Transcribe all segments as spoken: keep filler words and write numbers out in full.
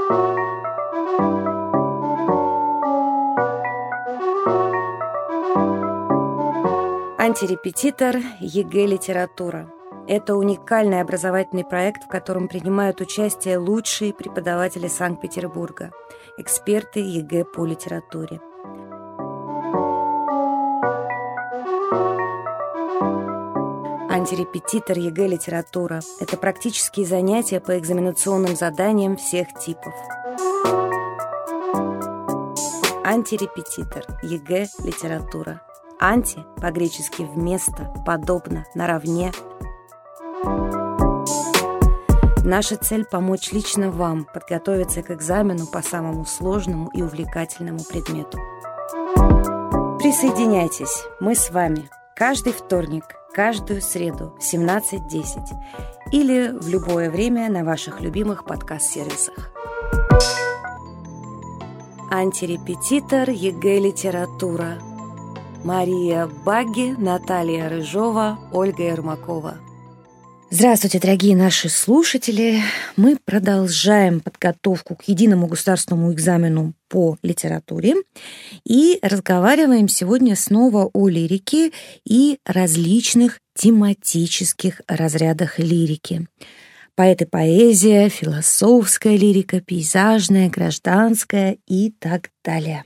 Антирепетитор ЕГЭ «Литература». Это уникальный образовательный проект, в котором принимают участие лучшие преподаватели Санкт-Петербурга, эксперты ЕГЭ по литературе. Антирепетитор ЕГЭ «Литература» – это практические занятия по экзаменационным заданиям всех типов. Антирепетитор ЕГЭ «Литература». Анти по-гречески «вместо», «подобно», «наравне». Наша цель – помочь лично вам подготовиться к экзамену по самому сложному и увлекательному предмету. Присоединяйтесь, мы с вами каждый вторник, каждую среду в семнадцать десять или в любое время на ваших любимых подкаст-сервисах. Антирепетитор ЕГЭ «Литература». Мария Багги, Наталья Рыжова, Ольга Ермакова. Здравствуйте, дорогие наши слушатели! Мы продолжаем подготовку к единому государственному экзамену по литературе и разговариваем сегодня снова о лирике и различных тематических разрядах лирики. Поэт и поэзия, философская лирика, пейзажная, гражданская и так далее.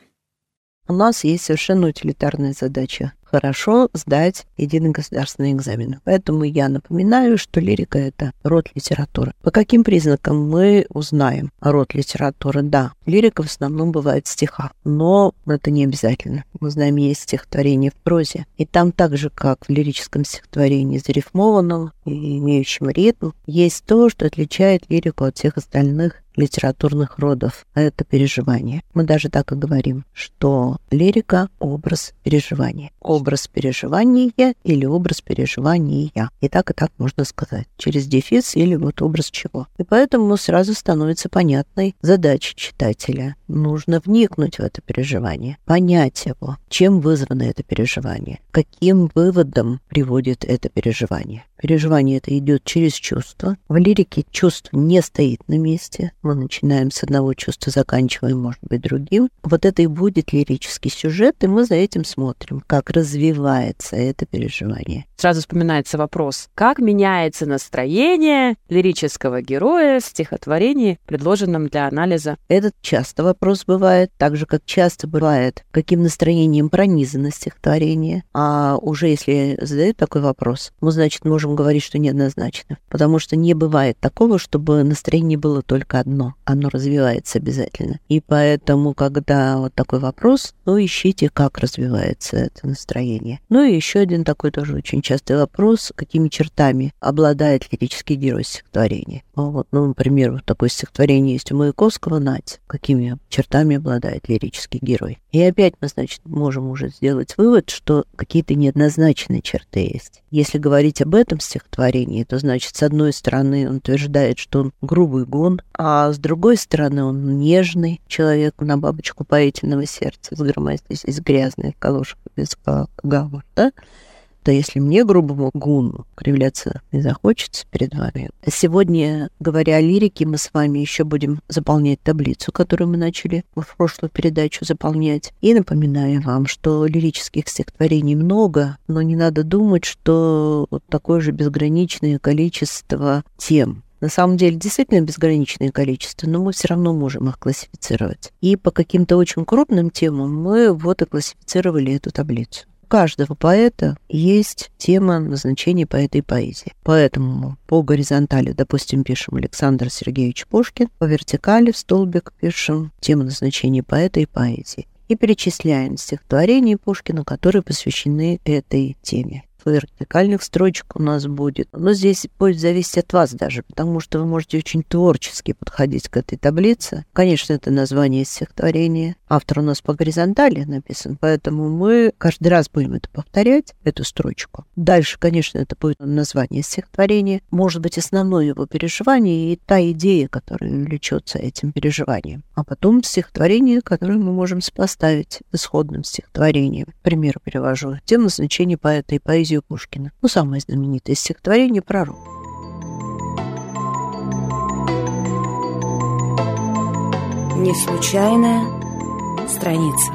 У нас есть совершенно утилитарная задача – хорошо сдать единый государственный экзамен. Поэтому я напоминаю, что лирика – это род литературы. По каким признакам мы узнаем род литературы? Да, лирика в основном бывает в стихах, но это не обязательно. Мы знаем, есть стихотворение в прозе, и там так же, как в лирическом стихотворении зарифмованном и имеющем ритм, есть то, что отличает лирику от всех остальных литературных родов, а это переживание. Мы даже так и говорим, что лирика – образ переживания. Образ переживания или образ переживания. И так, и так можно сказать. Через дефис или вот образ чего. И поэтому сразу становится понятной задача читателя. Нужно вникнуть в это переживание, понять его, чем вызвано это переживание, каким выводом приводит это переживание. Переживание это идет через чувство. В лирике чувство не стоит на месте. Мы начинаем с одного чувства, заканчиваем, может быть, другим. Вот это и будет лирический сюжет, и мы за этим смотрим, как развивается это переживание. Сразу вспоминается вопрос, как меняется настроение лирического героя в стихотворении, предложенном для анализа. Этот часто вопрос бывает, так же, как часто бывает, каким настроением пронизано стихотворение. А уже если задают такой вопрос, мы, значит, можем говорить, что неоднозначно. Потому что не бывает такого, чтобы настроение было только одно. Оно развивается обязательно. И поэтому, когда вот такой вопрос, ну, ищите, как развивается это настроение. Ну, и еще один такой тоже очень частый вопрос, какими чертами обладает лирический герой стихотворения. Вот, ну, например, вот такое стихотворение есть у Маяковского «Надь». Какими чертами обладает лирический герой? И опять мы, значит, можем уже сделать вывод, что какие-то неоднозначные черты есть. Если говорить об этом стихотворении, то, значит, с одной стороны он утверждает, что он грубый гон, а с другой стороны он нежный человек на бабочку поэтельного сердца, с громадой здесь грязной калошка без гамма, да? То если мне, грубому гуну, кривляться не захочется перед вами. Сегодня, говоря о лирике, мы с вами еще будем заполнять таблицу, которую мы начали в прошлую передачу заполнять. И напоминаю вам, что лирических стихотворений много, но не надо думать, что вот такое же безграничное количество тем. На самом деле, действительно безграничное количество, но мы все равно можем их классифицировать. И по каким-то очень крупным темам мы вот и классифицировали эту таблицу. У каждого поэта есть тема назначения поэта и поэзии. Поэтому по горизонтали, допустим, пишем Александр Сергеевич Пушкин, по вертикали в столбик пишем тему назначения поэта и поэзии. И перечисляем стихотворения Пушкина, которые посвящены этой теме. Вертикальных строчек у нас будет. Но здесь будет зависеть от вас даже, потому что вы можете очень творчески подходить к этой таблице. Конечно, это название стихотворения. Автор у нас по горизонтали написан, поэтому мы каждый раз будем это повторять, эту строчку. Дальше, конечно, это будет название стихотворения. Может быть, основное его переживание и та идея, которая влечется этим переживанием. А потом стихотворение, которое мы можем сопоставить с исходным стихотворением. Пример привожу. Тема назначения поэта и поэзии Пушкина. Ну, самое знаменитое стихотворение «Пророк». Не случайная страница.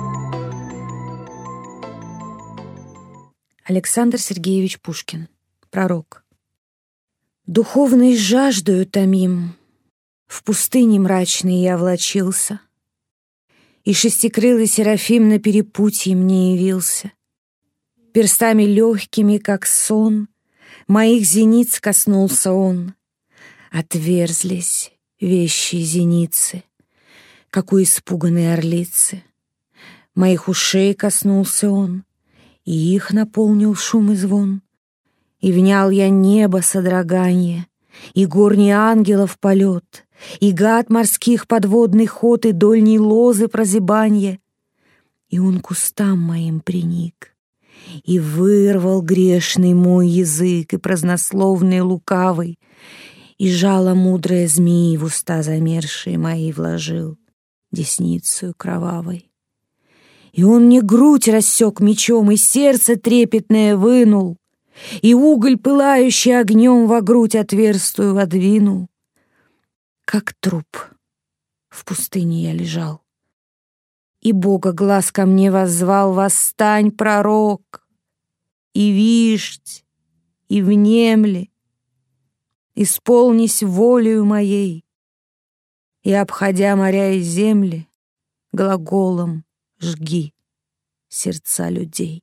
Александр Сергеевич Пушкин. Пророк. Духовной жаждою томим, в пустыне мрачной я влачился, и шестикрылый Серафим на перепутье мне явился. Перстами легкими, как сон, моих зениц коснулся он. Отверзлись вещие зеницы, как у испуганной орлицы. Моих ушей коснулся он, и их наполнил шум и звон. И внял я небо содроганье, и горний ангелов полет, и гад морских подводный ход, и дольней лозы прозябанье. И он к устам моим приник, и вырвал грешный мой язык, и празднословный лукавый, и жало мудрое змеи в уста замерзшие мои вложил десницею кровавой. И он мне грудь рассек мечом, и сердце трепетное вынул, и уголь, пылающий огнем, во грудь отверстую водвинул. Как труп в пустыне я лежал, и Бога глаз ко мне воззвал: «Восстань, пророк, и виждь, и внемли, исполнись волею моей, и, обходя моря и земли, глаголом жги сердца людей».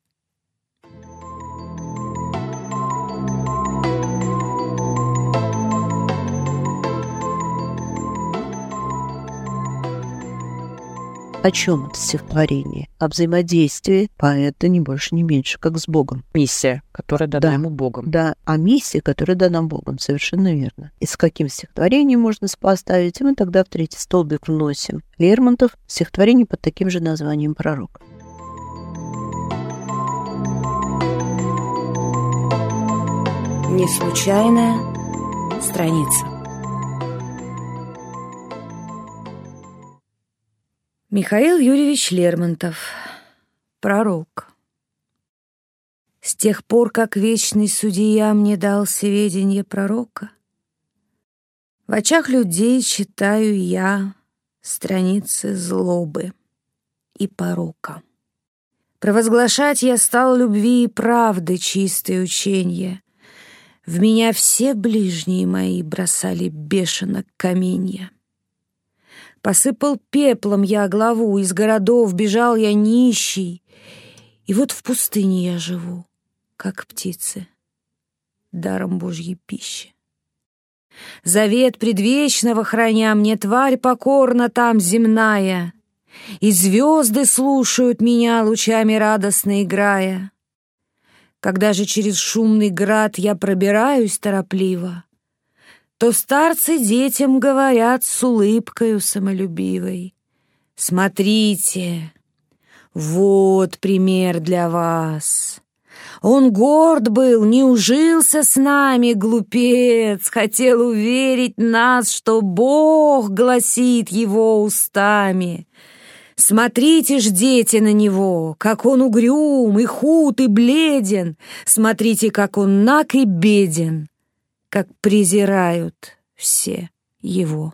О чем это стихотворение? О взаимодействии поэта не больше, не меньше, как с Богом. Миссия, которая дана Да. ему Богом. Да, о миссии, которая дана Богом, совершенно верно. И с каким стихотворением можно сопоставить, и мы тогда в третий столбик вносим Лермонтов, стихотворение под таким же названием «Пророк». Не случайная страница. Михаил Юрьевич Лермонтов. Пророк. С тех пор, как вечный судья мне дал сведения пророка, в очах людей читаю я страницы злобы и порока. Провозглашать я стал любви и правды чистые ученья. В меня все ближние мои бросали бешено каменья. Посыпал пеплом я главу, из городов бежал я нищий, и вот в пустыне я живу, как птицы, даром Божьей пищи. Завет предвечного храня, мне тварь покорна там земная, и звезды слушают меня, лучами радостно играя. Когда же через шумный град я пробираюсь торопливо, то старцы детям говорят с улыбкою самолюбивой: «Смотрите, вот пример для вас. Он горд был, не ужился с нами, глупец, хотел уверить нас, что Бог гласит его устами. Смотрите ж, дети, на него, как он угрюм и худ и бледен, смотрите, как он наг и беден, как презирают все его».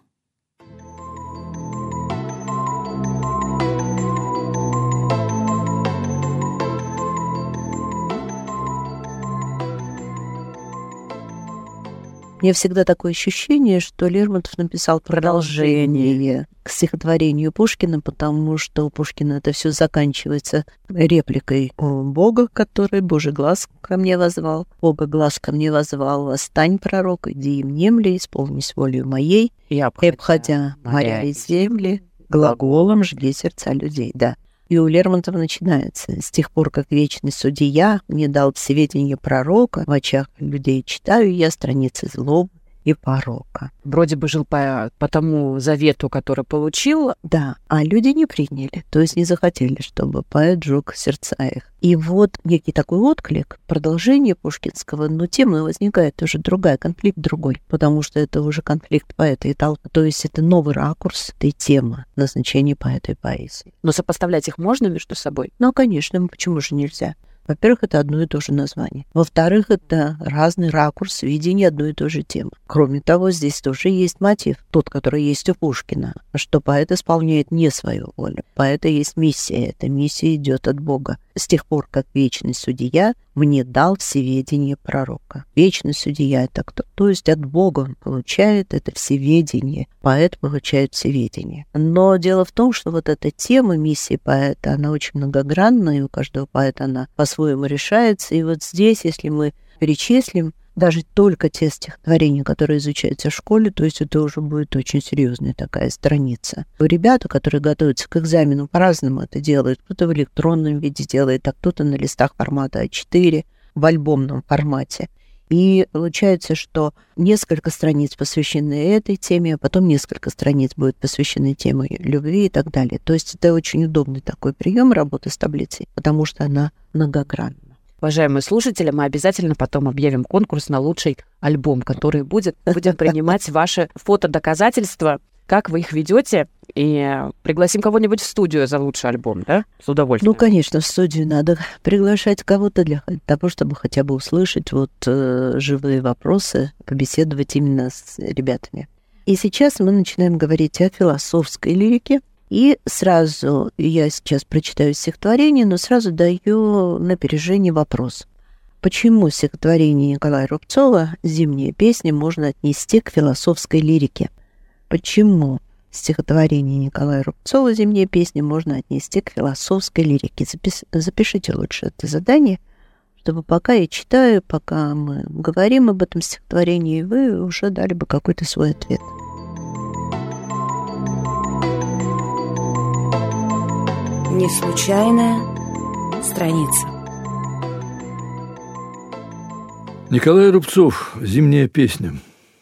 У меня всегда такое ощущение, что Лермонтов написал продолжение к стихотворению Пушкина, потому что у Пушкина это все заканчивается репликой Бога, который Божий глаз ко мне возвал. Бога глаз ко мне возвал: «Восстань, пророк, иди и внемли, исполнись волею моей, И и обходя моря и земли, глаголом жги сердца людей». Да. И у Лермонтова начинается: «С тех пор, как вечный судья мне дал сведения пророка, в очах людей читаю я страницы злобы и порока». Вроде бы жил по, по тому завету, который получил. Да, а люди не приняли, то есть не захотели, чтобы поэт жег сердца их. И вот некий такой отклик, продолжение пушкинского, но тема возникает уже другая, конфликт другой, потому что это уже конфликт поэта и толпы. То есть это новый ракурс этой темы, назначение поэта и поэзии. Но сопоставлять их можно между собой? Ну, конечно, почему же нельзя? Во-первых, это одно и то же название. Во-вторых, это разный ракурс видения одной и той же темы. Кроме того, здесь тоже есть мотив, тот, который есть у Пушкина, что поэт исполняет не свою волю. Поэта есть миссия, эта миссия идет от Бога. С тех пор, как вечный судья мне дал всеведение пророка. Вечный судья — это кто? То есть от Бога он получает это всеведение. Поэт получает всеведение. Но дело в том, что вот эта тема миссии поэта, она очень многогранна, и у каждого поэта она по-своему решается. И вот здесь, если мы перечислим даже только те стихотворения, которые изучаются в школе, то есть это уже будет очень серьезная такая страница. Ребята, которые готовятся к экзамену, по-разному это делают. Кто-то в электронном виде делает, а кто-то на листах формата а четыре, в альбомном формате. И получается, что несколько страниц посвящены этой теме, а потом несколько страниц будет посвящены теме любви и так далее. То есть это очень удобный такой прием работы с таблицей, потому что она многогранна. Уважаемые слушатели, мы обязательно потом объявим конкурс на лучший альбом, который будет. Будем принимать ваши фотодоказательства, как вы их ведете, и пригласим кого-нибудь в студию за лучший альбом, да? С удовольствием. Ну, конечно, в студию надо приглашать кого-то для того, чтобы хотя бы услышать вот э, живые вопросы, побеседовать именно с ребятами. И сейчас мы начинаем говорить о философской лирике. И сразу, я сейчас прочитаю стихотворение, но сразу даю на опережение вопрос. Почему стихотворение Николая Рубцова «Зимняя песня» можно отнести к философской лирике? Почему стихотворение Николая Рубцова «Зимняя песня» можно отнести к философской лирике? Запис... Запишите лучше это задание, чтобы пока я читаю, пока мы говорим об этом стихотворении, вы уже дали бы какой-то свой ответ. Не случайная страница. Николай Рубцов. «Зимняя песня».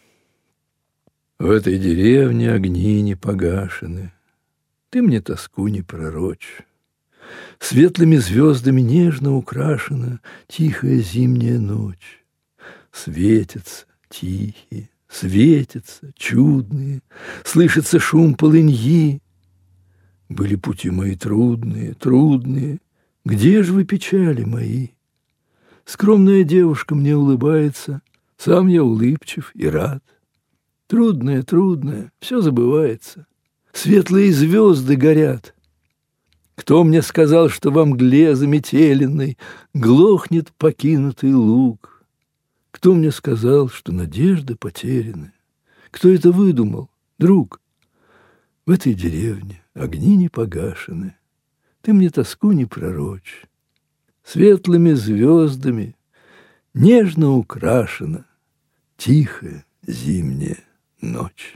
В этой деревне огни не погашены, ты мне тоску не пророчь. Светлыми звездами нежно украшена тихая зимняя ночь. Светятся тихие, светятся чудные, слышится шум полыньи. Были пути мои трудные, трудные, где ж вы печали мои? Скромная девушка мне улыбается, сам я улыбчив и рад. Трудное, трудное, все забывается, светлые звезды горят. Кто мне сказал, что во мгле заметеленной глохнет покинутый луг? Кто мне сказал, что надежды потеряны? Кто это выдумал, друг? В этой деревне огни не погашены, ты мне тоску не пророчь. Светлыми звездами нежно украшена тихая зимняя ночь.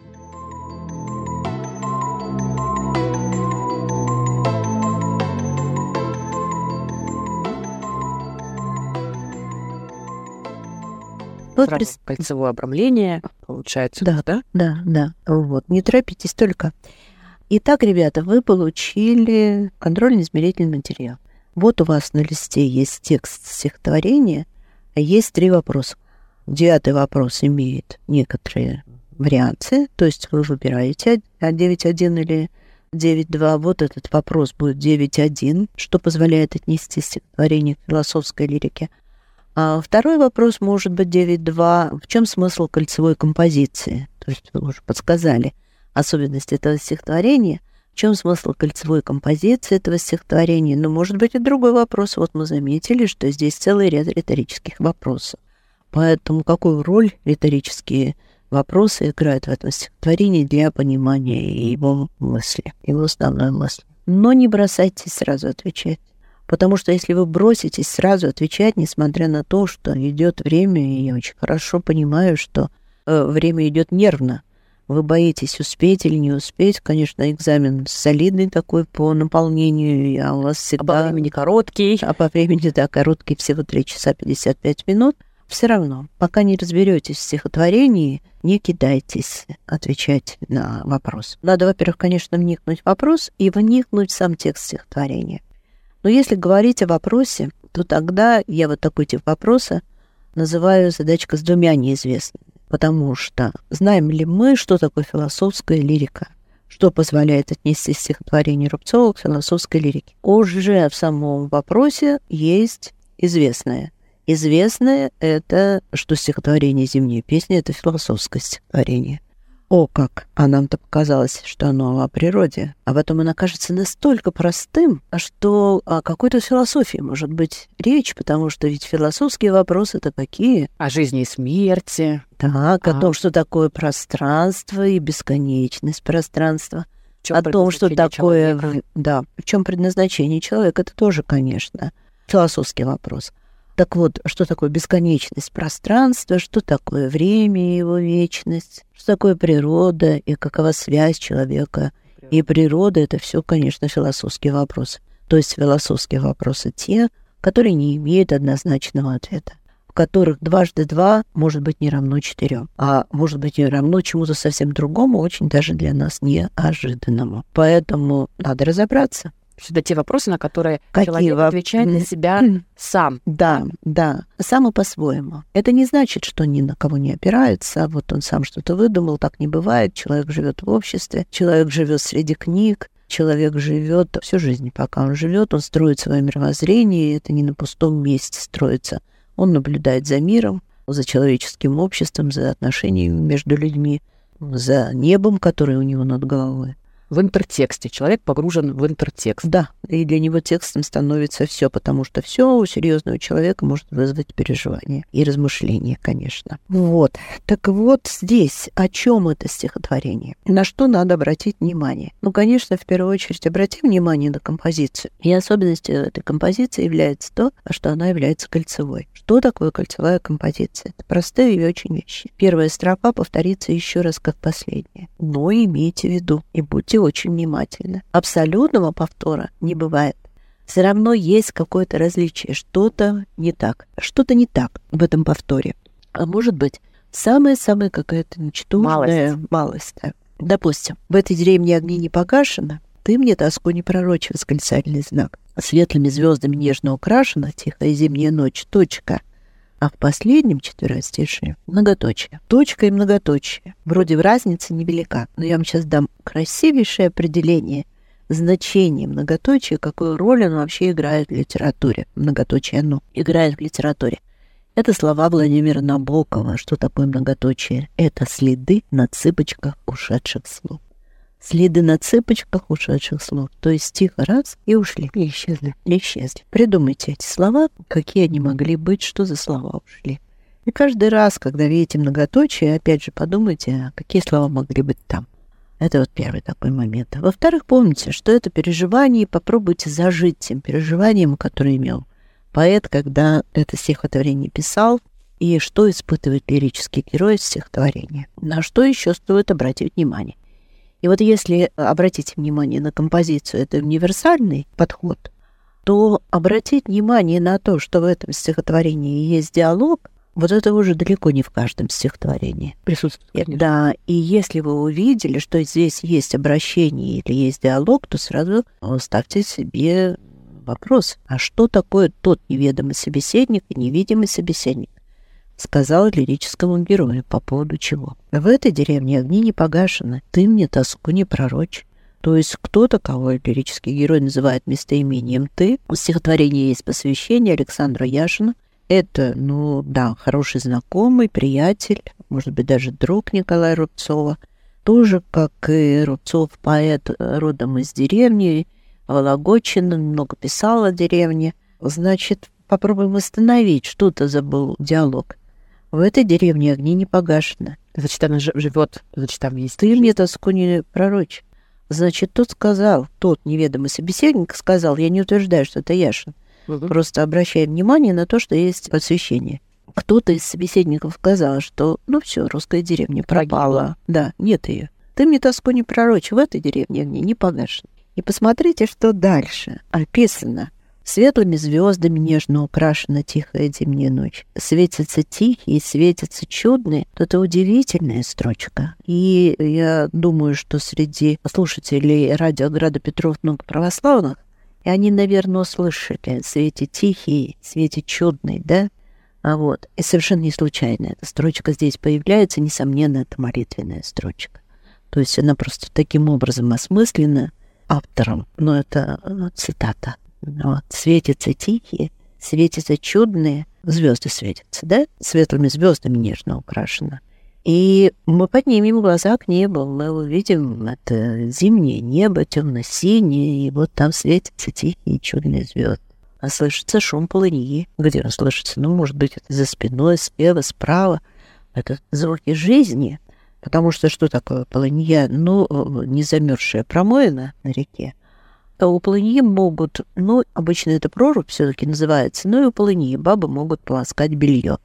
Вот Сразу прис... кольцевое обрамление получается. Да, да, да, да. Вот, не торопитесь только. Итак, ребята, вы получили контрольно-измерительный материал. Вот у вас на листе есть текст стихотворения, а есть три вопроса. Девятый вопрос имеет некоторые вариации, то есть вы выбираете девять один или девять два. Вот этот вопрос будет девять один, что позволяет отнести стихотворение к философской лирике. А второй вопрос может быть девять два. В чем смысл кольцевой композиции? То есть вы уже подсказали особенность этого стихотворения. В чем смысл кольцевой композиции этого стихотворения? Ну, может быть, и другой вопрос. Вот мы заметили, что здесь целый ряд риторических вопросов. Поэтому какую роль риторические вопросы играют в этом стихотворении для понимания его мысли, его основной мысли? Но не бросайтесь сразу отвечать. Потому что если вы броситесь сразу отвечать, несмотря на то, что идет время, и я очень хорошо понимаю, что э, время идет нервно, вы боитесь успеть или не успеть. Конечно, экзамен солидный такой по наполнению, а у вас всегда... А по времени короткий. А по времени, да, короткий, всего три часа пятьдесят пять минут. Все равно, пока не разберетесь в стихотворении, не кидайтесь отвечать на вопрос. Надо, во-первых, конечно, вникнуть в вопрос и вникнуть в сам текст стихотворения. Но если говорить о вопросе, то тогда я вот такой тип вопроса называю задачка с двумя неизвестными. Потому что знаем ли мы, что такое философская лирика? что позволяет отнести стихотворение Рубцова к философской лирике. Уже в самом вопросе есть известное. Известное — это, что стихотворение «Зимняя песня» — это философское стихотворение. О, как! А нам-то показалось, что оно о природе. А потом оно кажется настолько простым, что о какой-то философии может быть речь, потому что ведь философские вопросы-то какие? О жизни и смерти. Так, А. о том, что такое пространство и бесконечность пространства. О том, что такое... человека? Да, в чем предназначение человека, это тоже, конечно, философский вопрос. Так вот, что такое бесконечность пространства, что такое время и его вечность, что такое природа и какова связь человека и природы, это все, конечно, философские вопросы. То есть философские вопросы те, которые не имеют однозначного ответа, в которых дважды два может быть не равно четырем, а может быть не равно чему-то совсем другому, очень даже для нас неожиданному. Поэтому надо разобраться. Это те вопросы, на которые Какие человек воп- отвечает для себя сам. Да, да, сам и по-своему. Это не значит, что ни на кого не опирается, а вот он сам что-то выдумал, так не бывает. Человек живет в обществе, человек живет среди книг, человек живет всю жизнь, пока он живет, он строит свое мировоззрение, и это не на пустом месте строится. Он наблюдает за миром, за человеческим обществом, за отношениями между людьми, за небом, которое у него над головой. В интертексте. Человек погружен в интертекст. Да, и для него текстом становится все, потому что все у серьезного человека может вызвать переживания и размышления, конечно. Вот. Так вот здесь о чем это стихотворение? На что надо обратить внимание? Ну, конечно, в первую очередь обратим внимание на композицию. И особенностью этой композиции является то, что она является кольцевой. Что такое кольцевая композиция? Это простые и очень вещи. Первая строфа повторится еще раз как последняя. Но имейте в виду и будьте очень внимательны. Абсолютного повтора не бывает. Все равно есть какое-то различие. Что-то не так. Что-то не так в этом повторе. А может быть, самая-самая какая-то ничтожная малость. малость да. Допустим, в этой деревне огни не погашено, ты мне тоску не пророчь, восклицательный знак. Светлыми звездами нежно украшена тихая зимняя ночь, точка. А в последнем четверостишии многоточие. Точка и многоточие. Вроде разница невелика, но я вам сейчас дам красивейшее определение значения многоточия, какую роль оно вообще играет в литературе. Многоточие оно играет в литературе. Это слова Владимира Набокова. Что такое многоточие? Это следы на цыпочках ушедших слов. Следы на цыпочках ушедших слов. То есть тихо раз и ушли. И исчезли. И исчезли. Придумайте эти слова, какие они могли быть, что за слова ушли. И каждый раз, когда видите многоточие, опять же подумайте, какие слова могли быть там. Это вот первый такой момент. Во-вторых, помните, что это переживание, и попробуйте зажить тем переживанием, которое имел поэт, когда это стихотворение писал, и что испытывает лирический герой из стихотворения. На что еще стоит обратить внимание. И вот если обратите внимание на композицию, это универсальный подход, то обратить внимание на то, что в этом стихотворении есть диалог, вот это уже далеко не в каждом стихотворении. Присутствует, конечно. Да, и если вы увидели, что здесь есть обращение или есть диалог, то сразу ставьте себе вопрос, а что такое тот неведомый собеседник и невидимый собеседник? Сказал лирическому герою по поводу чего. В этой деревне огни не погашены, ты мне тоску не пророчь. То есть кто-то, кого лирический герой называет местоимением «ты». В стихотворении есть посвящение Александру Яшину. Это, ну да, хороший знакомый, приятель, может быть, даже друг Николая Рубцова. Тоже, как и Рубцов, поэт родом из деревни, Вологодчина, много писал о деревне. Значит, попробуем восстановить, что это за был диалог. В этой деревне огни не погашены. Значит, она живет, значит, там есть... Ты мне тоску не пророчь. Значит, тот сказал, тот неведомый собеседник сказал, я не утверждаю, что это Яшин. Угу. Просто обращаем внимание на то, что есть посвящение. Кто-то из собеседников сказал, что, ну все, русская деревня пропала. Погибла. Да, нет ее. Ты мне тоску не пророчь, в этой деревне огни не погашены. И посмотрите, что дальше описано. Светлыми звездами нежно украшена тихая зимняя ночь. Светятся тихие, светятся чудные. Это удивительная строчка. И я думаю, что среди слушателей радио Града Петров много православных, и они, наверное, услышали «Свете тихий, свете чудный», да? А вот. И совершенно не случайно эта строчка здесь появляется. Несомненно, это молитвенная строчка. То есть она просто таким образом осмыслена автором. Но это ну, цитата. Вот. Светятся тихие, светятся чудные, звезды светятся, да? Светлыми звездами нежно украшено. И мы поднимем глаза к небу, мы увидим это зимнее небо, темно-синее, и вот там светятся тихие чудные звезды. А слышится шум полыньи. Где он слышится? Ну, может быть, это за спиной, слева, справа. Это звуки жизни. Потому что что такое полынья? Ну, не замерзшая промоина на реке. А у полыньи могут, ну, обычно это прорубь все-таки называется, но и у полыньи бабы могут полоскать белье.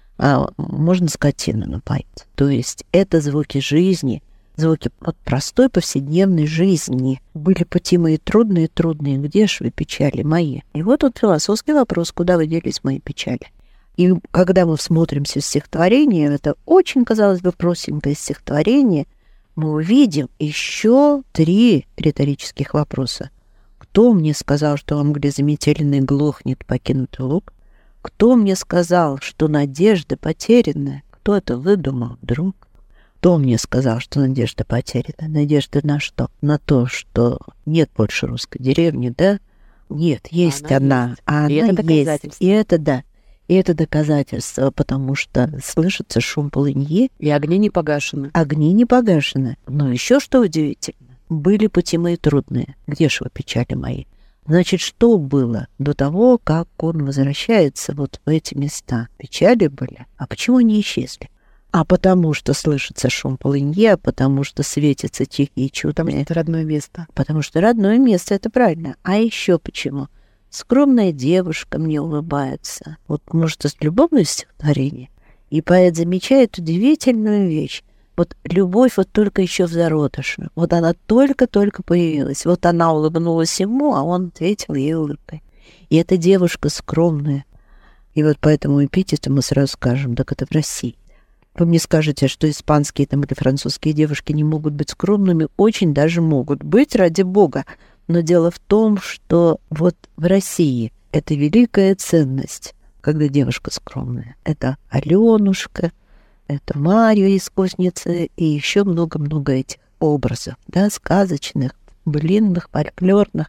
А можно скотину напоить. То есть это звуки жизни, звуки от простой повседневной жизни. Были пути мои трудные, трудные, где ж вы, печали мои? И вот тут философский вопрос, куда вы делись мои печали? И когда мы всмотримся в стихотворение, это очень, казалось бы, простенькое стихотворение, мы увидим еще три риторических вопроса. Кто мне сказал, что во мгле заметеленной глохнет покинутый луг? Кто мне сказал, что надежда потеряна? Кто это выдумал, друг? Кто мне сказал, что надежда потеряна? Надежда на что? На то, что нет больше русской деревни, да? Нет, есть она. она есть. А и она это доказательство. Есть. И это, да. И это доказательство, потому что слышится шум полыньи. И огни не погашены. Огни не погашены. Но еще что удивительно, были пути мои трудные. Где ж вы, печали мои? Значит, что было до того, как он возвращается вот в эти места? Печали были. А почему они исчезли? А потому что слышится шум полыньи, а потому что светятся тихие чудные. Потому что это родное место. Потому что родное место, это правильно. А еще почему? Скромная девушка мне улыбается. Вот, может, это любовное стихотворение. И поэт замечает удивительную вещь. Вот любовь вот только еще в зародыше. Вот она только-только появилась. Вот она улыбнулась ему, а он ответил ей улыбкой. И эта девушка скромная. И вот по этому эпитету мы сразу скажем, так это в России. Вы мне скажете, что испанские там, или французские девушки не могут быть скромными. Очень даже могут быть, ради бога. Но дело в том, что вот в России это великая ценность, когда девушка скромная. Это Алёнушка, это Марья искусница и еще много-много этих образов, да, сказочных, былинных, фольклорных.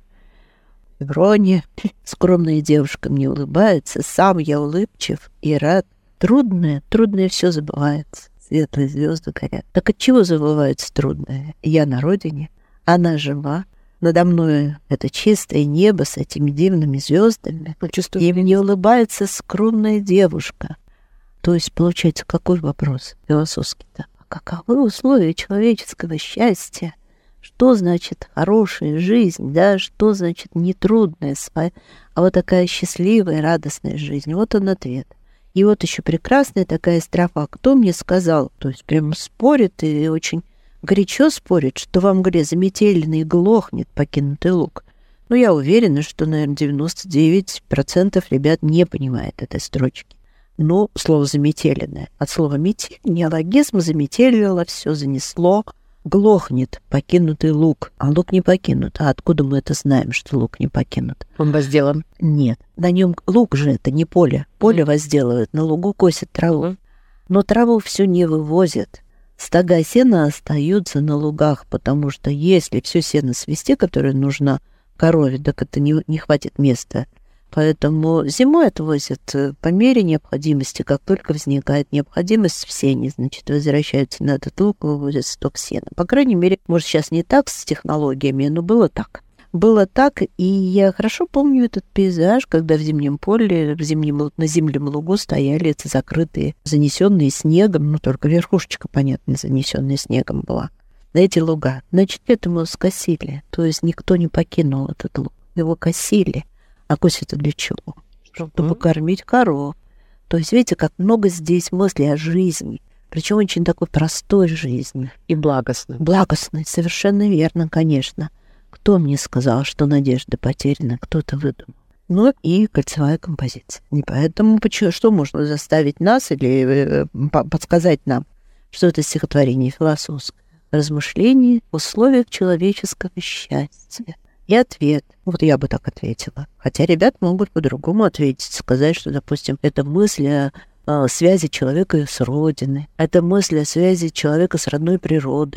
Вроне скромная девушка мне улыбается, сам я улыбчив и рад. Трудное, трудное все забывается, светлые звезды горят. Так от чего забывается трудное? Я на родине, она жива. Надо мной это чистое небо с этими дивными звездами. И мне улыбается скромная девушка. То есть, получается, какой вопрос философский-то? А каковы условия человеческого счастья? Что значит хорошая жизнь, да? Что значит нетрудная своя, а вот такая счастливая, радостная жизнь? Вот он ответ. И вот еще прекрасная такая строфа. Кто мне сказал? То есть, прямо спорит и очень горячо спорит, что во мгле заметеленный глохнет покинутый луг. Но я уверена, что, наверное, девяносто девять процентов ребят не понимает этой строчки. Но слово «заметеленное». От слова «метель» неологизм заметелило, все занесло. Глохнет покинутый луг. А луг не покинут. А откуда мы это знаем, что луг не покинут? Он возделан. Нет. На нем луг же это не поле. Поле mm. возделывают, на лугу косят траву. Mm. Но траву всю не вывозят. Стога сена остаются на лугах, потому что если все сено свести, которое нужно корове, так это не, не хватит места. Поэтому зимой отвозят по мере необходимости. Как только возникает необходимость в сене, значит, возвращаются на этот луг, вывозят сток сена. По крайней мере, может, сейчас не так с технологиями, но было так. Было так, и я хорошо помню этот пейзаж, когда в зимнем поле, в зимнем, на зимнем лугу стояли эти закрытые, занесенные снегом, ну, только верхушечка, понятно, занесенная снегом была, на эти луга. Значит, этому скосили, то есть никто не покинул этот луг, его косили. А косят для чего? Чтобы кормить коров. То есть, видите, как много здесь мыслей о жизни, причем очень такой простой жизни. И благостной. Благостной, совершенно верно, конечно. Кто мне сказал, что надежда потеряна, кто-то выдумал. Ну и кольцевая композиция. И поэтому почему, что можно заставить нас или э, подсказать нам, что это стихотворение философское? Размышление в условиях человеческого счастья. И ответ. Вот я бы так ответила. Хотя ребят могут по-другому ответить, сказать, что, допустим, это мысль о, о связи человека с Родиной, это мысль о связи человека с родной природой,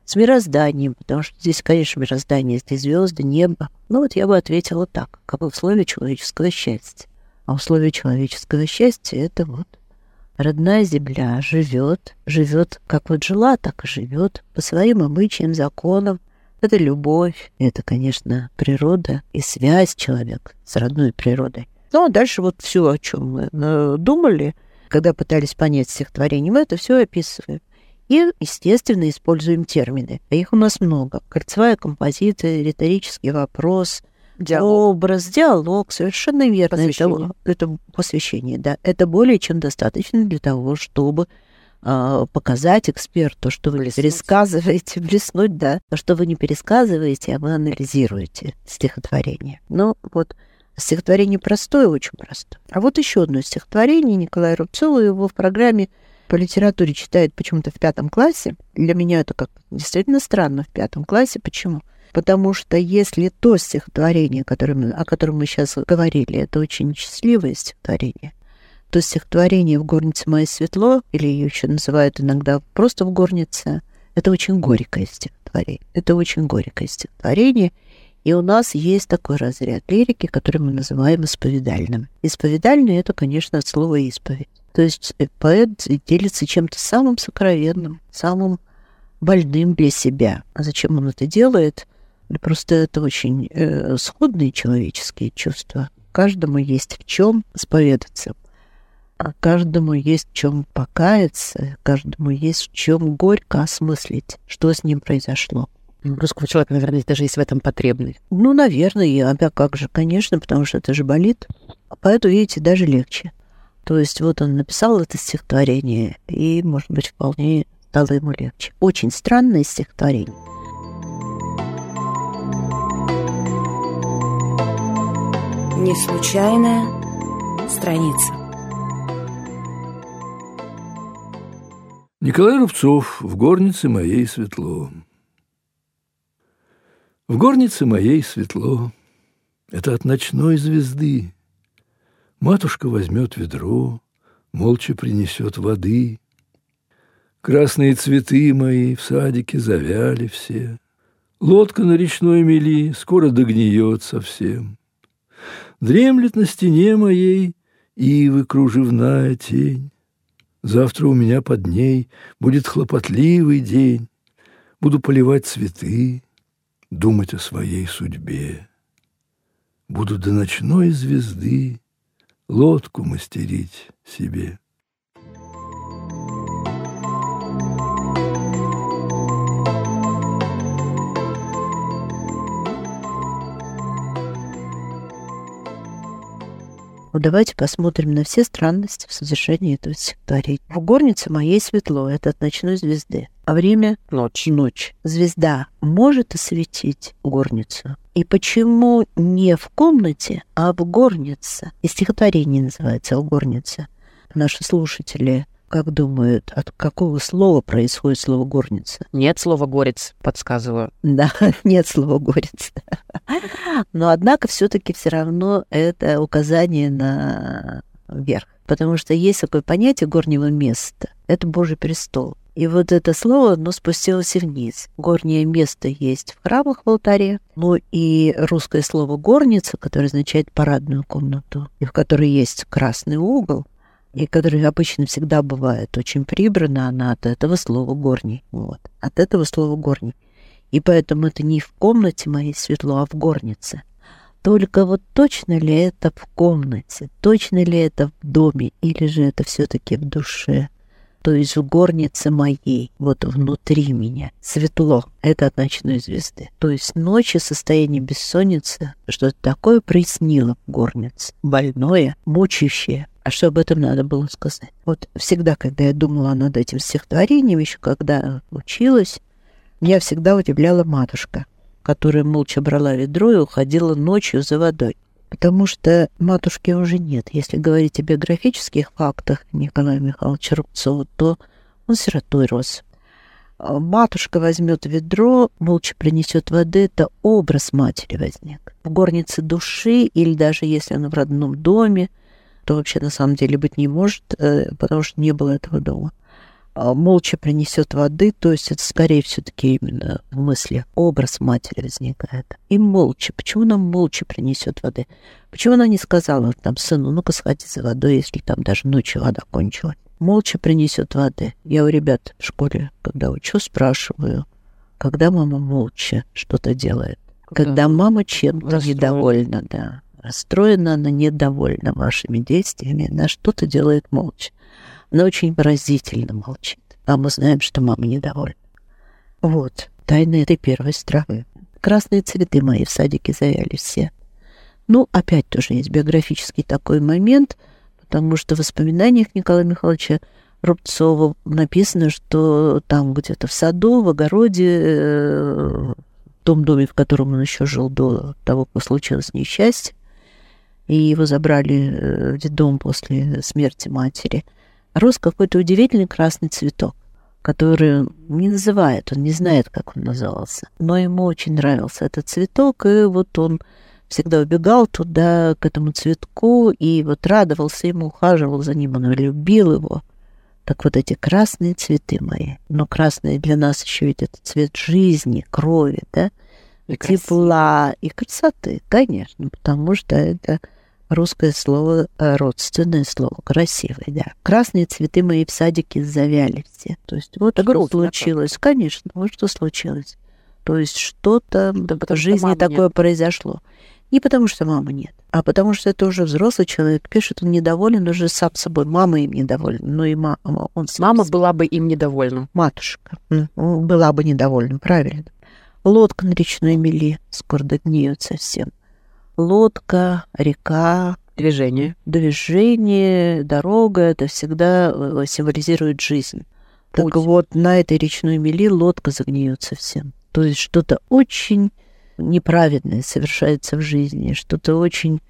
с мирозданием, потому что здесь, конечно, мироздание, здесь звезды, небо. Ну вот я бы ответила так, как условие человеческого счастья. А условие человеческого счастья — это вот родная земля живет, живет, как вот жила, так и живет, по своим обычаям, законам. Это любовь, это, конечно, природа и связь человека с родной природой. Ну, а дальше вот все, о чем мы думали, когда пытались понять стихотворение, мы это все описываем. И, естественно, используем термины. Их у нас много. Кольцевая композиция, риторический вопрос, диалог. Образ, диалог. Совершенно верно. Посвящение. Это, это посвящение, да. Это более чем достаточно для того, чтобы э, показать эксперту, что вы блеснуть. пересказываете, блеснуть, да. То, что вы не пересказываете, а вы анализируете стихотворение. Ну, вот стихотворение простое, очень простое. А вот еще одно стихотворение Николая Рубцова, его в программе по литературе читают почему-то в пятом классе. Для меня это как действительно странно в пятом классе. Почему? Потому что если то стихотворение, которое мы, о котором мы сейчас говорили, это очень счастливое стихотворение, то стихотворение «В горнице моей светло», или ее еще называют иногда просто «В горнице», это очень горькое стихотворение. Это очень горькое стихотворение. И у нас есть такой разряд лирики, который мы называем исповедальным. Исповедальный — это, конечно, слово «исповедь». То есть поэт делится чем-то самым сокровенным, самым больным для себя. А зачем он это делает? Просто это очень э, сходные человеческие чувства. Каждому есть в чем исповедаться, а каждому есть в чем покаяться, каждому есть в чем горько осмыслить, что с ним произошло. У русского человека, наверное, даже есть в этом потребность. Ну, наверное, и а как же, конечно, потому что это же болит. А поэту, видите, даже легче. То есть вот он написал это стихотворение, и, может быть, вполне стало ему легче. Очень странное стихотворение. Не случайная страница. Николай Рубцов. В горнице моей светло. В горнице моей светло. Это от ночной звезды. Матушка возьмет ведро, молча принесет воды. Красные цветы мои в садике завяли все. Лодка на речной мели скоро догниет совсем. Дремлет на стене моей ивы кружевная тень. Завтра у меня под ней будет хлопотливый день. Буду поливать цветы, думать о своей судьбе. Буду до ночной звезды лодку мастерить себе. Вот давайте посмотрим на все странности в содержании этого стихотворения. В горнице моей светло, это от ночной звезды. А время — ночь. Ночь. Звезда может осветить горницу. И почему не в комнате, а в горнице? И стихотворение называется «В горнице». Наши слушатели как думают, от какого слова происходит слово «горница»? Нет слова «горец», подсказываю. Да, нет слова «горец». Но, однако, все-таки все равно это указание на верх. Потому что есть такое понятие горнего места. Это Божий престол. И вот это слово, оно спустилось и вниз. Горнее место есть в храмах в алтаре. Ну и русское слово «горница», которое означает парадную комнату, и в которой есть красный угол, и которая обычно всегда бывает очень прибрана, она от этого слова «горний». Вот. От этого слова «горний». И поэтому это не в комнате моей светло, а в горнице. Только вот точно ли это в комнате, точно ли это в доме, или же это все-таки в душе? То есть в горнице моей, вот внутри меня, светло. Это от ночной звезды. То есть ночью состояние бессонницы, что-то такое приснило в горнице. Больное, мучающее. А что об этом надо было сказать? Вот всегда, когда я думала над этим стихотворением, еще когда училась, меня всегда удивляла матушка, которая молча брала ведро и уходила ночью за водой. Потому что матушки уже нет. Если говорить о биографических фактах Николая Михайловича Рубцова, то он сиротой рос. Матушка возьмет ведро, молча принесет воды. Это образ матери возник. В горнице души, или даже если она в родном доме, то вообще на самом деле быть не может, потому что не было этого дома. молча принесет воды, то есть это скорее все-таки именно в мысли образ матери возникает. И молча. Почему она молча принесет воды? Почему она не сказала там сыну, ну-ка сходи за водой, если там даже ночью вода кончилась? Молча принесет воды. Я у ребят в школе, когда учу, спрашиваю, когда мама молча что-то делает. Когда, когда мама чем-то расстроена. недовольна, да. Расстроена, она недовольна вашими действиями, она что-то делает молча. Она очень выразительно молчит. А мы знаем, что мама недовольна. Вот, тайна этой первой строфы. Красные цветы мои в садике завяли все. Ну, опять тоже есть биографический такой момент, потому что в воспоминаниях Николая Михайловича Рубцова написано, что там где-то в саду, в огороде, в том доме, в котором он еще жил до того, как случилось несчастье, и его забрали в детдом после смерти матери, рос какой-то удивительный красный цветок, который не называет, он не знает, как он назывался, но ему очень нравился этот цветок, и вот он всегда убегал туда, к этому цветку, и вот радовался ему, ухаживал за ним, он любил его. Так вот эти красные цветы мои, но красные для нас еще ведь это цвет жизни, крови, да, и тепла и красоты, конечно, потому что это русское слово, родственное слово, красивое, да. Красные цветы мои в садике завяли все. То есть вот так что случилось. Так. Конечно, вот что случилось. То есть что-то да, в жизни такое нет. произошло. Не потому что мамы нет, а потому что это уже взрослый человек пишет, он недоволен уже сам собой. Мама им недовольна, но и мама, он сам Мама собой. была бы им недовольна. Матушка была бы недовольна, правильно. Лодка на речной мели скоро догниет совсем. Лодка, река, движение. Движение, дорога, это всегда символизирует жизнь. Путь. Так вот, на этой речной мели лодка загниет совсем. То есть что-то очень неправедное совершается в жизни, что-то очень...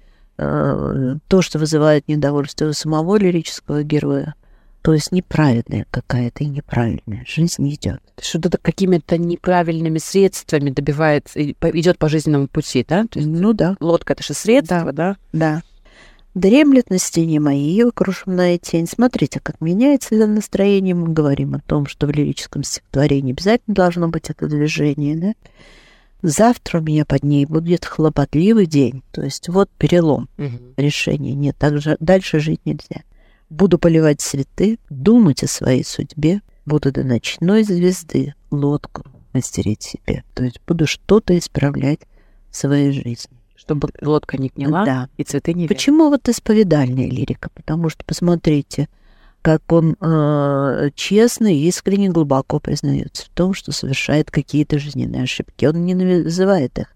Э, то, что вызывает недовольство у самого лирического героя, то есть неправедная какая-то и неправильная жизнь идет. Что-то какими-то неправильными средствами добивается, идет по жизненному пути, да? То есть, ну да. Лодка — это же средство, да? Да. Дремлет на стене моей кружевная тень. Смотрите, как меняется настроение. Мы говорим о том, что в лирическом стихотворении обязательно должно быть это движение, да? Завтра у меня под ней будет хлопотливый день. То есть вот перелом, угу. решение. Нет, так же дальше жить нельзя. Буду поливать цветы, думать о своей судьбе, буду до ночной звезды лодку мастерить себе. То есть буду что-то исправлять в своей жизни. Чтобы лодка не гнила, да. и цветы не вяли. Почему вот исповедальная лирика? Потому что, посмотрите, как он э, честно и искренне глубоко признается в том, что совершает какие-то жизненные ошибки. Он не называет их.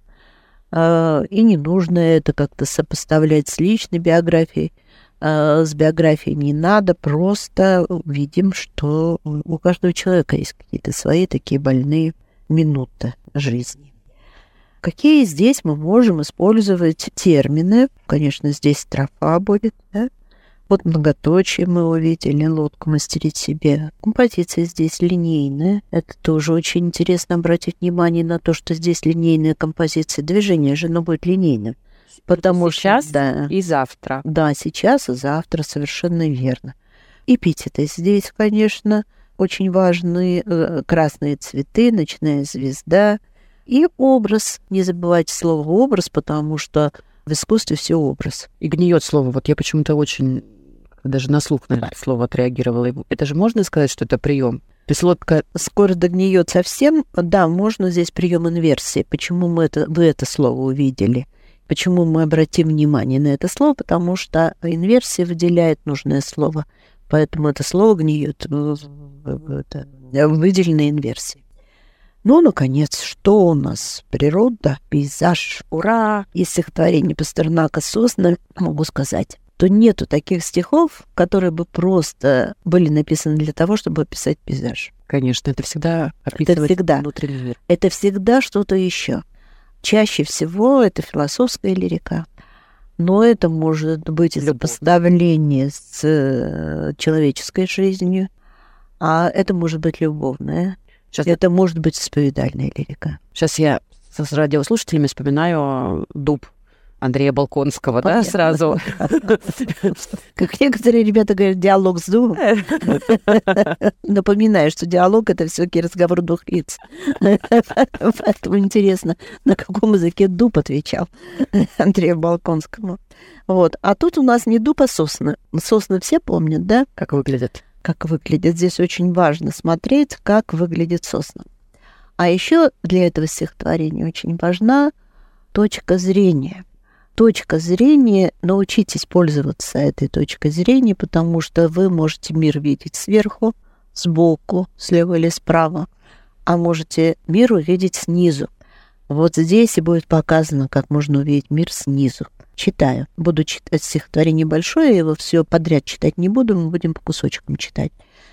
Э, и не нужно это как-то сопоставлять с личной биографией. С биографией не надо, просто видим, что у каждого человека есть какие-то свои такие больные минуты жизни. Какие здесь мы можем использовать термины? Конечно, здесь строфа будет, да? Вот многоточие мы увидели, лодку мастерить себе. Композиция здесь линейная. Это тоже очень интересно обратить внимание на то, что здесь линейная композиция. Движение же, оно будет линейным. Потому сейчас что, да, и завтра. Да, сейчас и завтра, совершенно верно. Эпитеты здесь, конечно, очень важны. Красные цветы, ночная звезда и образ. Не забывайте слово «образ», потому что в искусстве все образ. И гниет слово. Вот я почему-то очень даже на слух на это слово отреагировала. Это же можно сказать, что это прием? То есть лодка скоро догниет совсем. Да, можно здесь прием инверсии. Почему мы это, вы это слово увидели? Почему мы обратим внимание на это слово? Потому что инверсия выделяет нужное слово. Поэтому это слово гниет в выделенной инверсии. Ну, наконец, что у нас? Природа, пейзаж, ура! Из стихотворения Пастернака «Сосны» могу сказать, то нету таких стихов, которые бы просто были написаны для того, чтобы описать пейзаж. Конечно, это всегда описывает это всегда. внутренний мир. Это всегда что-то еще. Чаще всего это философская лирика, но это может быть и сопоставление с человеческой жизнью, а это может быть любовная, Сейчас это может быть исповедальная лирика. Сейчас я с радиослушателями вспоминаю «Дуб» Андрея Болконского, да, сразу. Как некоторые ребята говорят, диалог с дубом. Напоминаю, что диалог — это все-таки разговор двух лиц. Поэтому интересно, на каком языке дуб отвечал Андрею Болконскому. Вот. А тут у нас не дуб, а сосны. Сосны все помнят, да? Как выглядят? Как выглядят. Здесь очень важно смотреть, как выглядит сосна. А еще для этого стихотворения очень важна точка зрения. Точка зрения, научитесь пользоваться этой точкой зрения, потому что вы можете мир видеть сверху, сбоку, слева или справа, а можете мир увидеть снизу. Вот здесь и будет показано, как можно увидеть мир снизу. Читаю. Буду читать стихотворение большое, я его все подряд читать не буду, мы будем по кусочкам читать.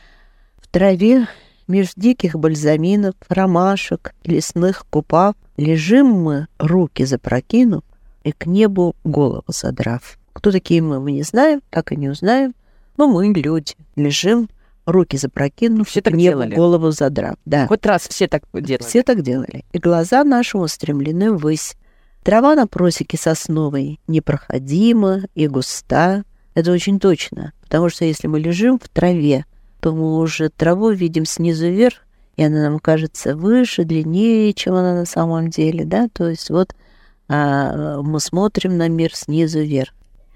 В траве меж диких бальзаминов, ромашек, лесных купав лежим мы, руки запрокинув, и к небу голову задрав. Кто такие мы, мы не знаем, так и не узнаем, но мы люди. Лежим, руки запрокинув, все к так небу делали. Голову задрав. Да. Хоть раз все так делали. Все так делали. И глаза наши устремлены ввысь. Трава на просеке сосновой непроходима и густа. Это очень точно, потому что если мы лежим в траве, то мы уже траву видим снизу вверх, и она нам кажется выше, длиннее, чем она на самом деле, да, то есть вот а, мы смотрим на мир снизу вверх.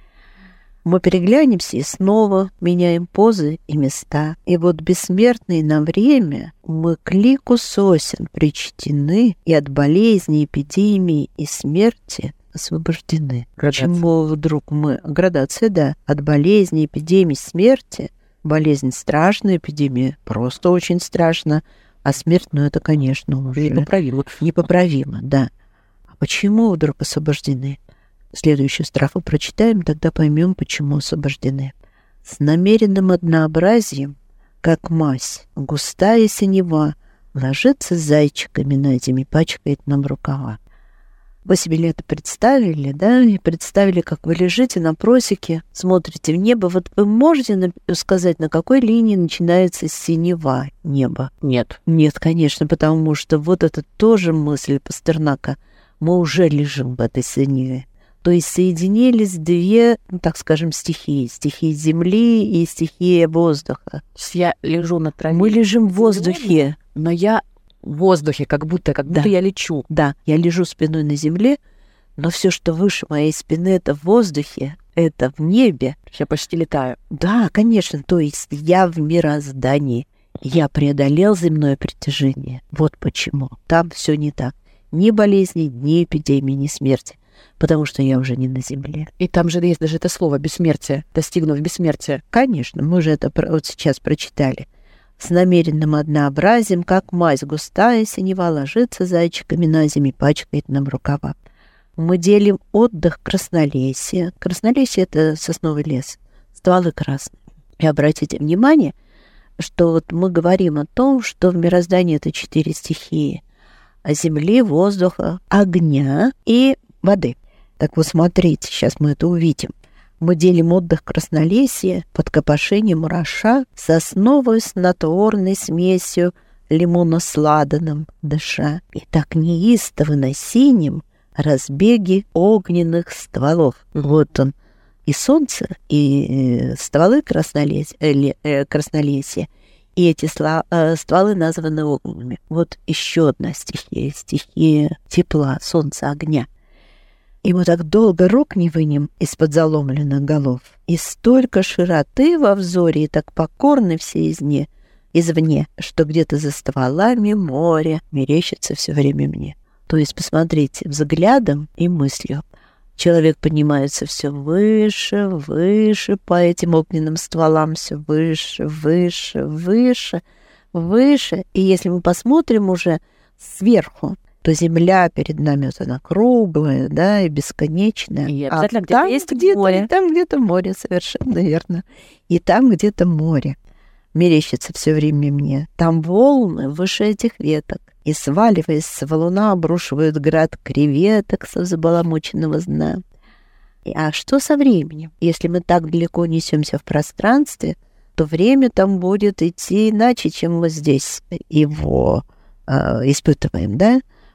Мы переглянемся и снова меняем позы и места. И вот бессмертные на время мы к лику сосен причтены и от болезней, эпидемии и смерти освобождены. Градация. Почему вдруг мы... Градация, да. От болезней, эпидемий, смерти. Болезнь страшная, эпидемия просто очень страшна. А смерть, ну это, конечно, уже... Непоправимо. Непоправимо, да. А почему вдруг освобождены? Следующую строфу прочитаем, тогда поймем, почему освобождены. С намеренным однообразием, как мазь, густая синева, ложится зайчиками на зиме, пачкает нам рукава. Вы себе это представили, да? И представили, как вы лежите на просеке, смотрите в небо. Вот вы можете сказать, на какой линии начинается синева неба? Нет. Нет, конечно, потому что вот это тоже мысль Пастернака. Мы уже лежим в этой синеве. То есть соединились две, ну, так скажем, стихии. Стихия земли и стихия воздуха. Я лежу на траве. Мы лежим в воздухе. Но я в воздухе, как будто, как будто Да. я лечу. Да, я лежу спиной на земле, но все, что выше моей спины, это в воздухе, это в небе. Я почти летаю. Да, конечно, то есть я в мироздании. Я преодолел земное притяжение. Вот почему. Там все не так. Ни болезней, ни эпидемии, ни смерти. Потому что я уже не на земле. И там же есть даже это слово «бессмертие», достигнув бессмертия. Конечно, мы же это про- вот сейчас прочитали. С намеренным однообразием, как мазь густая синева, ложится зайчиками на зиме, пачкает нам рукава. Мы делим отдых краснолесья. Краснолесье — это сосновый лес, стволы красные. И обратите внимание, что вот мы говорим о том, что в мироздании это четыре стихии. Земли, воздуха, огня и воды. Так вот, смотрите, сейчас мы это увидим. Мы делим отдых краснолесья под копошением мураша, сосновой снотворной смесью, лимона с ладаном дыша. И так неистово на синем разбеги огненных стволов. Вот он. И солнце, и э, стволы краснолесья, э, э, краснолесья. И эти сла- э, стволы названы огненными. Вот еще одна стихия. Стихия тепла, солнца, огня. И мы так долго рук не вынем из-под заломленных голов. И столько широты во взоре, и так покорны все из не, извне, что где-то за стволами море мерещится все время мне. То есть, посмотрите, взглядом и мыслью человек поднимается все выше, выше по этим огненным стволам, все выше, выше, выше, выше. И если мы посмотрим уже сверху, то земля перед нами вот она круглая, да, и бесконечная. И а обязательно где-то там есть где-то, море. Там где-то море, совершенно верно. И там где-то море мерещится все время мне. Там волны выше этих веток. И, сваливаясь с валуна, обрушивают град креветок со взбаламученного дна. И, а что со временем? Если мы так далеко несемся в пространстве, то время там будет идти иначе, чем мы здесь его э, испытываем, да?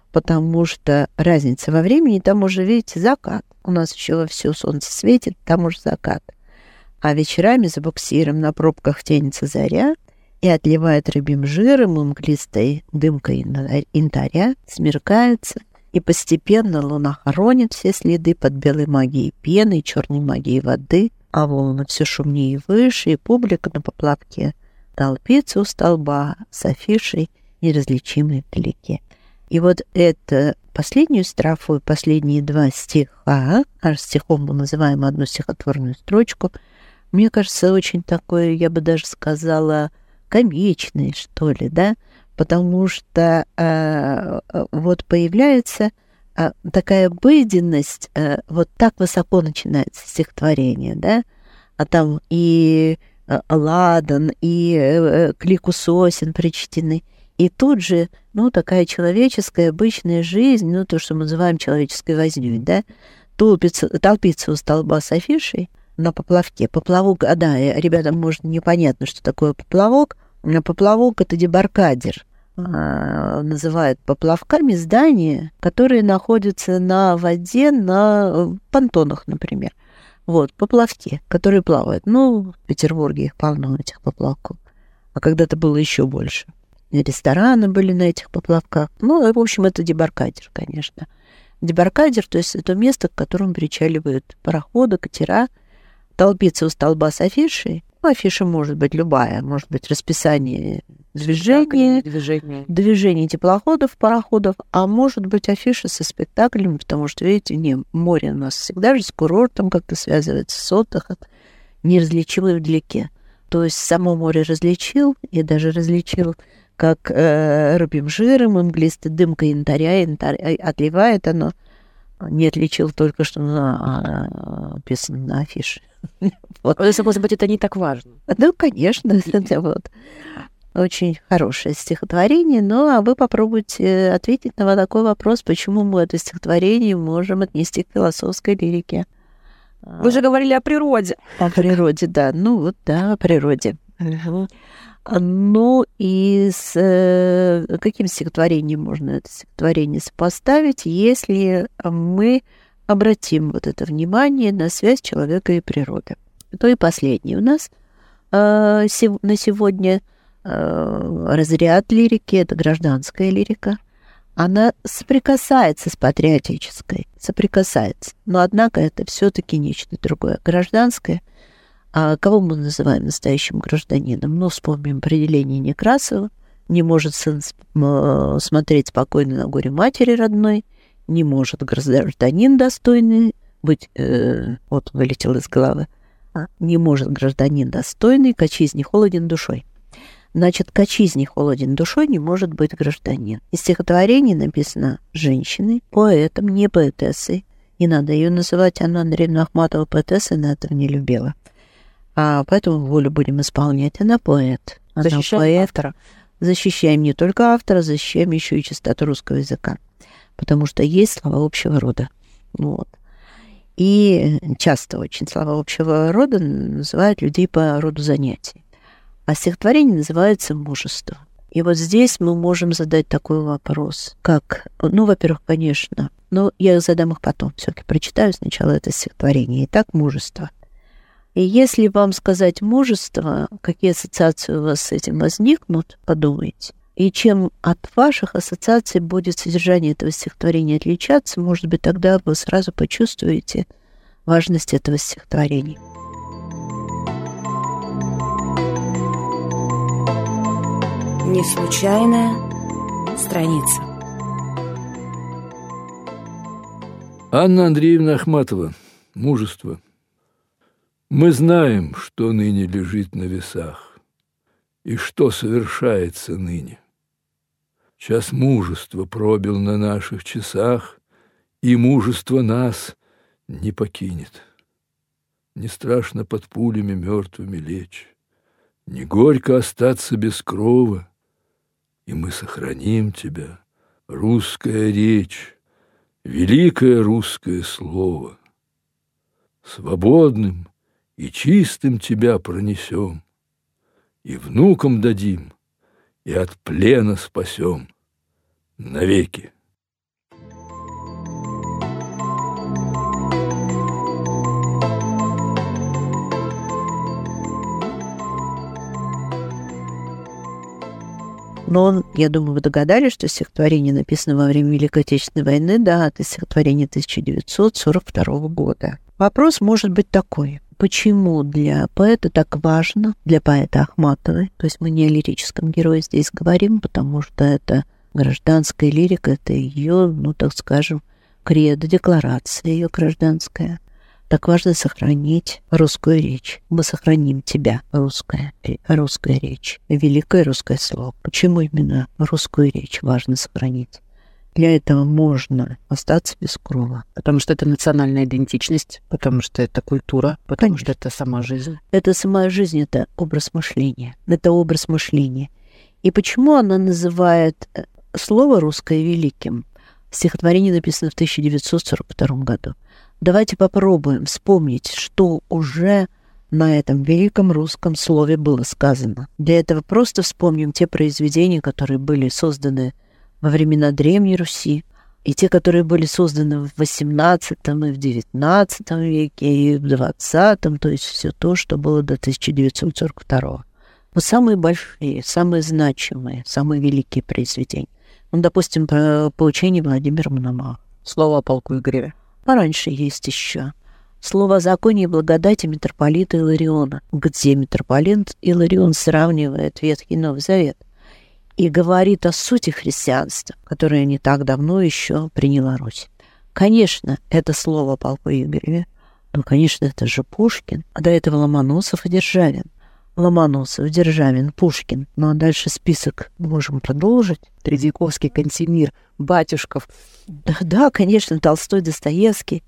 потому что разница во времени, там уже, видите, закат. У нас еще вовсю солнце светит, там уже закат. А вечерами за буксиром на пробках тянется заря и отливает рыбьим жиром и мглистой дымкой янтаря, смеркается, и постепенно луна хоронит все следы под белой магией пены и черной магией воды, а волны все шумнее и выше, и публика на поплавке толпится у столба с афишей, неразличимой вдалеке. И вот это последнюю строфу и последние два стиха, а стихом мы называем одну стихотворную строчку, мне кажется, очень такое, я бы даже сказала, комичное, что ли, да, потому что э, вот появляется э, такая обыденность, э, вот так высоко начинается стихотворение, да, а там и э, ладан, и э, клику сосен причтены, и тут же, ну, такая человеческая, обычная жизнь, ну, то, что мы называем человеческой вознёй, да, толпится, толпится у столба с афишей на поплавке. Поплавок, а да, ребятам, может, непонятно, что такое поплавок. Поплавок — это дебаркадер. А, называют поплавками здания, которые находятся на воде, на понтонах, например. Вот, поплавки, которые плавают. Ну, в Петербурге их полно, этих поплавков. А когда-то было еще больше. И рестораны были на этих поплавках. Ну, в общем, это дебаркадер, конечно. Дебаркадер, то есть это место, к которому причаливают пароходы, катера, толпится у столба с афишей. Ну, афиша может быть любая, может быть расписание движения, движение. движение теплоходов, пароходов, а может быть афиша со спектаклями, потому что, видите, не, море у нас всегда же с курортом как-то связывается, с отдыхом, неразличимое вдалеке. То есть само море различил, и даже различил, как э, рыбьим жиром и мглистой дымкой янтаря, янтарь отливает оно. Не отличил только, что на, написано на афише. Вот. Может быть, это не так важно. Ну, конечно, это вот очень хорошее стихотворение. Ну, а вы попробуйте ответить на вот такой вопрос, почему мы это стихотворение можем отнести к философской лирике. Вы же говорили о природе. О природе, да. Ну, вот, да, о природе. Ну, и с э, каким стихотворением можно это стихотворение сопоставить, если мы обратим вот это внимание на связь человека и природы. То и последний у нас э, сев, на сегодня э, разряд лирики, это гражданская лирика. Она соприкасается с патриотической, соприкасается, но, однако, это все-таки нечто другое. Гражданское. А кого мы называем настоящим гражданином? Ну, вспомним определение Некрасова. Не может сын смотреть спокойно на горе матери родной, не может гражданин достойный быть... Э, вот, вылетел из головы. Не может гражданин достойный, к отчизне холоден душой. Значит, к отчизне холоден душой не может быть гражданин. Из стихотворения написано женщиной, поэтом, не поэтессой. Не надо ее называть, Анна Андреевна Ахматова поэтессой, она этого не любила. А поэтому волю будем исполнять. Она поэт. Она защищаем поэт. автора. Защищаем не только автора, защищаем еще и чистоту русского языка. Потому что есть слова общего рода. Вот. И часто очень слова общего рода называют людей по роду занятий. А стихотворение называется «Мужество». И вот здесь мы можем задать такой вопрос, как, ну, во-первых, конечно, но я задам их потом, все-таки прочитаю сначала это стихотворение. Итак, «Мужество». И если вам сказать «мужество», какие ассоциации у вас с этим возникнут, подумайте. И чем от ваших ассоциаций будет содержание этого стихотворения отличаться, может быть, тогда вы сразу почувствуете важность этого стихотворения. Не случайная страница. Анна Андреевна Ахматова. «Мужество». Мы знаем, что ныне лежит на весах, и что совершается ныне. Час мужества пробил на наших часах, и мужество нас не покинет. Не страшно под пулями мертвыми лечь, не горько остаться без крова, и мы сохраним тебя, русская речь, великое русское слово. Свободным и чистым тебя пронесем, и внукам дадим, и от плена спасем навеки. Но он, я думаю, вы догадались, что стихотворение написано во время Великой Отечественной войны, да, это стихотворение тысяча девятьсот сорок второго года. Вопрос может быть такой. Почему для поэта так важно, для поэта Ахматовой, то есть мы не о лирическом герое здесь говорим, потому что это гражданская лирика, это ее, ну, так скажем, кредо, декларация ее гражданская. Так важно сохранить русскую речь. Мы сохраним тебя, русская, русская речь, великое русское слово. Почему именно русскую речь важно сохранить? Для этого можно остаться без крова. Потому что это национальная идентичность, потому что это культура, потому Конечно. что это сама жизнь. Это сама жизнь, это образ мышления. Это образ мышления. И почему она называет слово «русское» великим? Стихотворение написано в тысяча девятьсот сорок втором году. Давайте попробуем вспомнить, что уже на этом великом русском слове было сказано. Для этого просто вспомним те произведения, которые были созданы во времена Древней Руси, и те, которые были созданы в восемнадцатом и в девятнадцатом веке, и в двадцатом, то есть все то, что было до тысяча девятьсот сорок второго. Но самые большие, самые значимые, самые великие произведения. Ну, допустим, про поучение Владимира Мономаха. Слово о полку Игореве. Пораньше есть еще слово о законе и благодати митрополита Илариона, где митрополит Иларион сравнивает Ветхий и Новый Завет и говорит о сути христианства, которое не так давно еще приняла Русь. Конечно, это слово о полку Игореве, но, конечно, это же Пушкин, а до этого Ломоносов и Державин. Ломоносов, Державин, Пушкин. Ну а дальше список можем продолжить. Тредьяковский, Кантемир, Батюшков. Да, да, конечно, Толстой, Достоевский.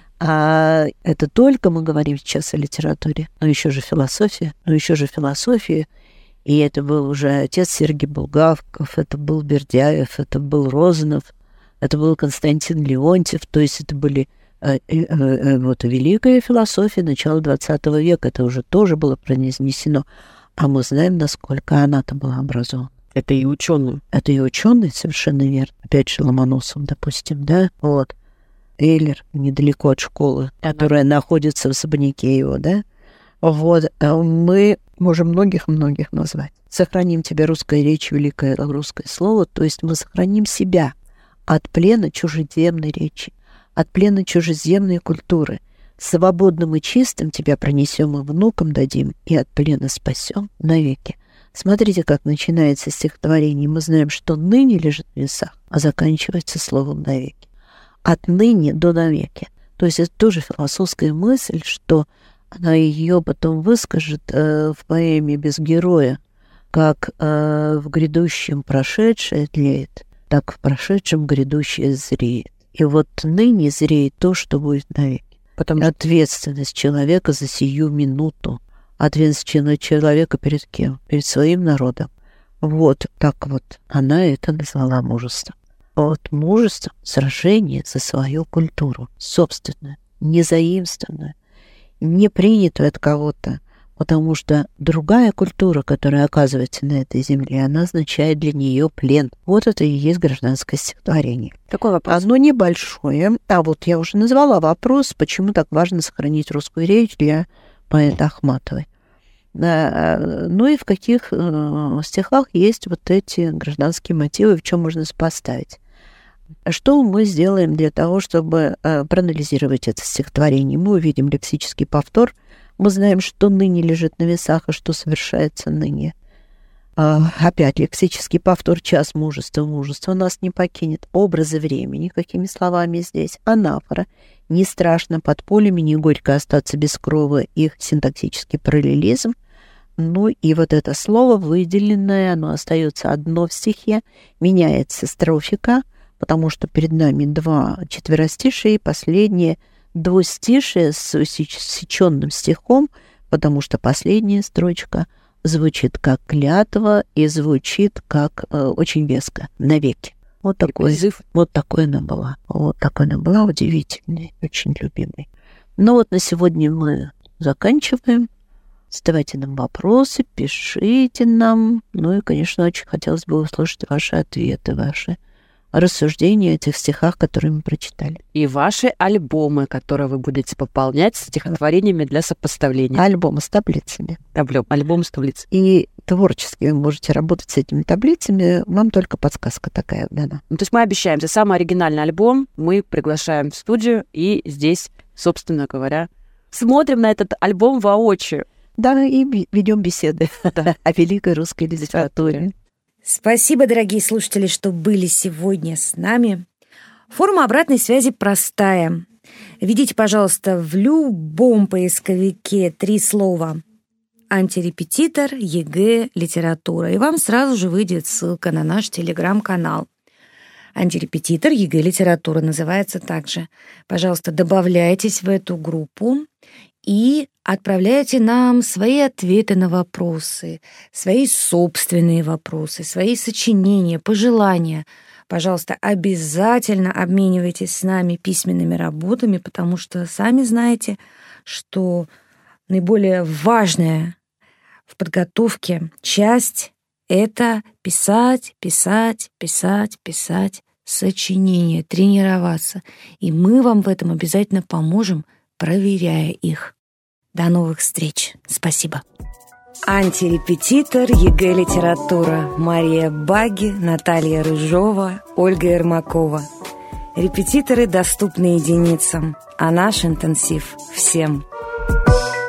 А это только мы говорим сейчас о литературе. Но еще же философия. Но еще же философия. И это был уже отец Сергей Булгаков, это был Бердяев, это был Розанов, это был Константин Леонтьев. То есть это были э, э, э, вот великая философия начала двадцатого века. Это уже тоже было произнесено. А мы знаем, насколько она-то была образована. Это и ученые. Это и ученые, совершенно верно. Опять же, Ломоносов, допустим, да? Вот. Эйлер, недалеко от школы, которая находится в особняке его, да? Вот. Мы можем многих-многих назвать. Сохраним тебе русская речь, великое русское слово. То есть мы сохраним себя от плена чужеземной речи, от плена чужеземной культуры. Свободным и чистым тебя пронесем и внукам дадим, и от плена спасем навеки. Смотрите, как начинается стихотворение. Мы знаем, что ныне лежит в весах, а заканчивается словом навеки. Отныне до навеки. То есть это тоже философская мысль, что она ее потом выскажет э, в поэме «Без героя», как э, в грядущем прошедшее тлеет, так в прошедшем грядущее зреет. И вот ныне зреет то, что будет навеки. Потому ответственность человека за сию минуту. Ответственность человека перед кем? Перед своим народом. Вот так вот она это назвала мужеством. Вот мужество, сражение за свою культуру, собственную, не заимствованную, не принятую от кого-то, потому что другая культура, которая оказывается на этой земле, она означает для нее плен. Вот это и есть гражданское стихотворение. Какой вопрос? Оно небольшое, а вот я уже назвала вопрос, почему так важно сохранить русскую речь для поэта Ахматовой. Ну и в каких стихах есть вот эти гражданские мотивы, в чем можно сопоставить. Что мы сделаем для того, чтобы проанализировать это стихотворение? Мы увидим лексический повтор. Мы знаем, что ныне лежит на весах, и что совершается ныне. Опять лексический повтор, час мужества, мужество нас не покинет. Образы времени, какими словами здесь? Анафора. Не страшно под полями, не горько остаться без крова, их синтаксический параллелизм. Ну и вот это слово выделенное, оно остается одно в стихе, меняется строфика, потому что перед нами два четверостишия, и последнее двустишие с усеченным стихом, потому что последняя строчка звучит как клятва и звучит как э, очень веско, навеки. Вот такой, вот такой она была. Вот такой она была, удивительной, очень любимой. Ну вот на сегодня мы заканчиваем. Задавайте нам вопросы, пишите нам. Ну и, конечно, очень хотелось бы услышать ваши ответы, ваши рассуждения о этих стихах, которые мы прочитали. И ваши альбомы, которые вы будете пополнять стихотворениями для сопоставления. Альбомы с таблицами. Альбом, альбом с таблицами. И творчески можете работать с этими таблицами, вам только подсказка такая дана. Ну, то есть мы обещаем, за самый оригинальный альбом мы приглашаем в студию и здесь, собственно говоря, смотрим на этот альбом воочию. Да, и ведем беседы да. о великой русской литературе. Спасибо, дорогие слушатели, что были сегодня с нами. Форма обратной связи простая. Введите, пожалуйста, в любом поисковике три слова «антирепетитор», «ЕГЭ», «литература», и вам сразу же выйдет ссылка на наш телеграм-канал. «Антирепетитор», «ЕГЭ», «литература» называется также. Пожалуйста, добавляйтесь в эту группу и отправляйте нам свои ответы на вопросы, свои собственные вопросы, свои сочинения, пожелания. Пожалуйста, обязательно обменивайтесь с нами письменными работами, потому что сами знаете, что наиболее важная в подготовке часть — это писать, писать, писать, писать сочинения, тренироваться. И мы вам в этом обязательно поможем, проверяя их. До новых встреч. Спасибо. Антирепетитор, ЕГЭ, литература. Мария Баги, Наталья Рыжова, Ольга Ермакова. Репетиторы доступны единицам, а наш интенсив всем.